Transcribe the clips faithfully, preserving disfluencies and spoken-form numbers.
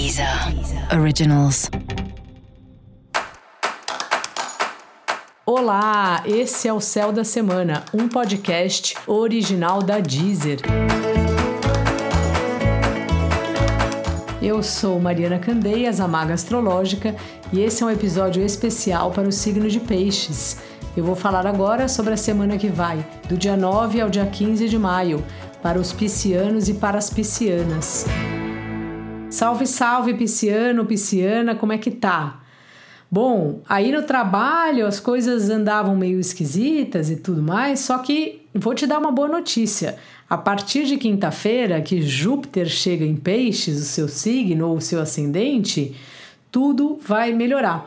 Deezer Originals. Olá, esse é o Céu da Semana, um podcast original da Deezer. Eu sou Mariana Candeias, a Maga Astrológica, e esse é um episódio especial para o signo de Peixes. Eu vou falar agora sobre a semana que vai, do dia nove ao dia quinze de maio, para os piscianos e para as piscianas. Salve, salve, pisciano, pisciana, como é que tá? Bom, aí no trabalho as coisas andavam meio esquisitas e tudo mais, só que vou te dar uma boa notícia. A partir de quinta-feira, que Júpiter chega em Peixes, o seu signo ou o seu ascendente, tudo vai melhorar.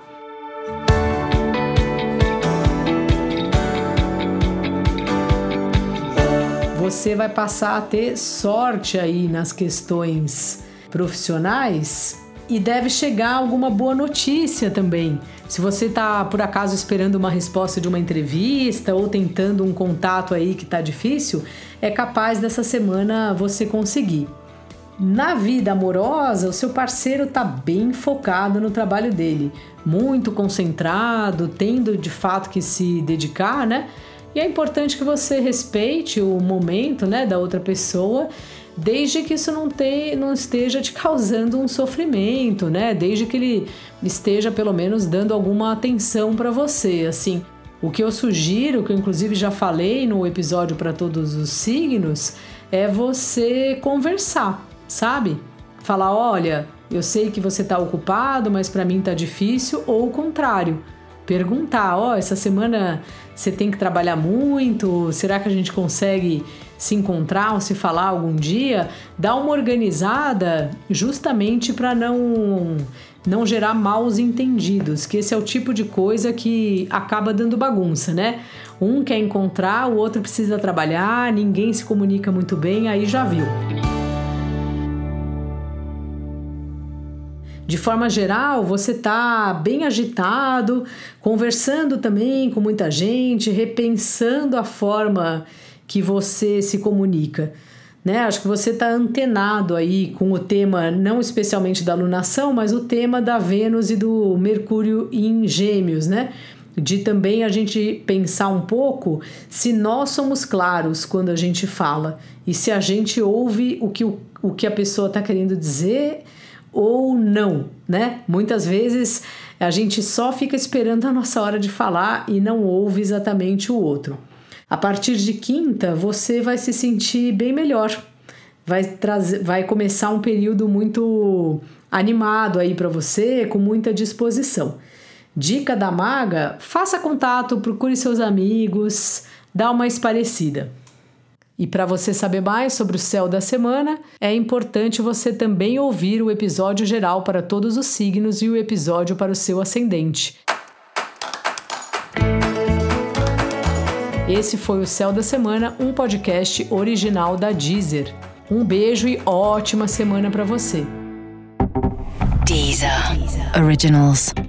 Você vai passar a ter sorte aí nas questões profissionais e deve chegar alguma boa notícia também. Se você está, por acaso, esperando uma resposta de uma entrevista ou tentando um contato aí que está difícil, é capaz dessa semana você conseguir. Na vida amorosa, o seu parceiro está bem focado no trabalho dele, muito concentrado, tendo de fato que se dedicar, né? E é importante que você respeite o momento, né, da outra pessoa, desde que isso não, te, não esteja te causando um sofrimento, né? Desde que ele esteja, pelo menos, dando alguma atenção para você, assim. O que eu sugiro, que eu inclusive já falei no episódio para todos os signos, é você conversar, sabe? Falar, olha, eu sei que você está ocupado, mas para mim tá difícil, ou o contrário. Perguntar, ó, oh, essa semana você tem que trabalhar muito, será que a gente consegue se encontrar ou se falar algum dia? Dá uma organizada justamente para não, não gerar maus entendidos, que esse é o tipo de coisa que acaba dando bagunça, né? Um quer encontrar, o outro precisa trabalhar, ninguém se comunica muito bem, aí já viu. De forma geral, você está bem agitado, conversando também com muita gente, repensando a forma que você se comunica, né? Acho que você está antenado aí com o tema, não especialmente da alunação, mas o tema da Vênus e do Mercúrio em Gêmeos, né? De também a gente pensar um pouco se nós somos claros quando a gente fala e se a gente ouve o que, o, o que a pessoa está querendo dizer ou não, né? Muitas vezes a gente só fica esperando a nossa hora de falar e não ouve exatamente o outro. A partir de quinta, você vai se sentir bem melhor. Vai, trazer, vai começar um período muito animado aí para você, com muita disposição. Dica da Maga, faça contato, procure seus amigos, dá uma esparecida. E para você saber mais sobre o céu da semana, é importante você também ouvir o episódio geral para todos os signos e o episódio para o seu ascendente. Esse foi o Céu da Semana, um podcast original da Deezer. Um beijo e ótima semana para você. Deezer Originals.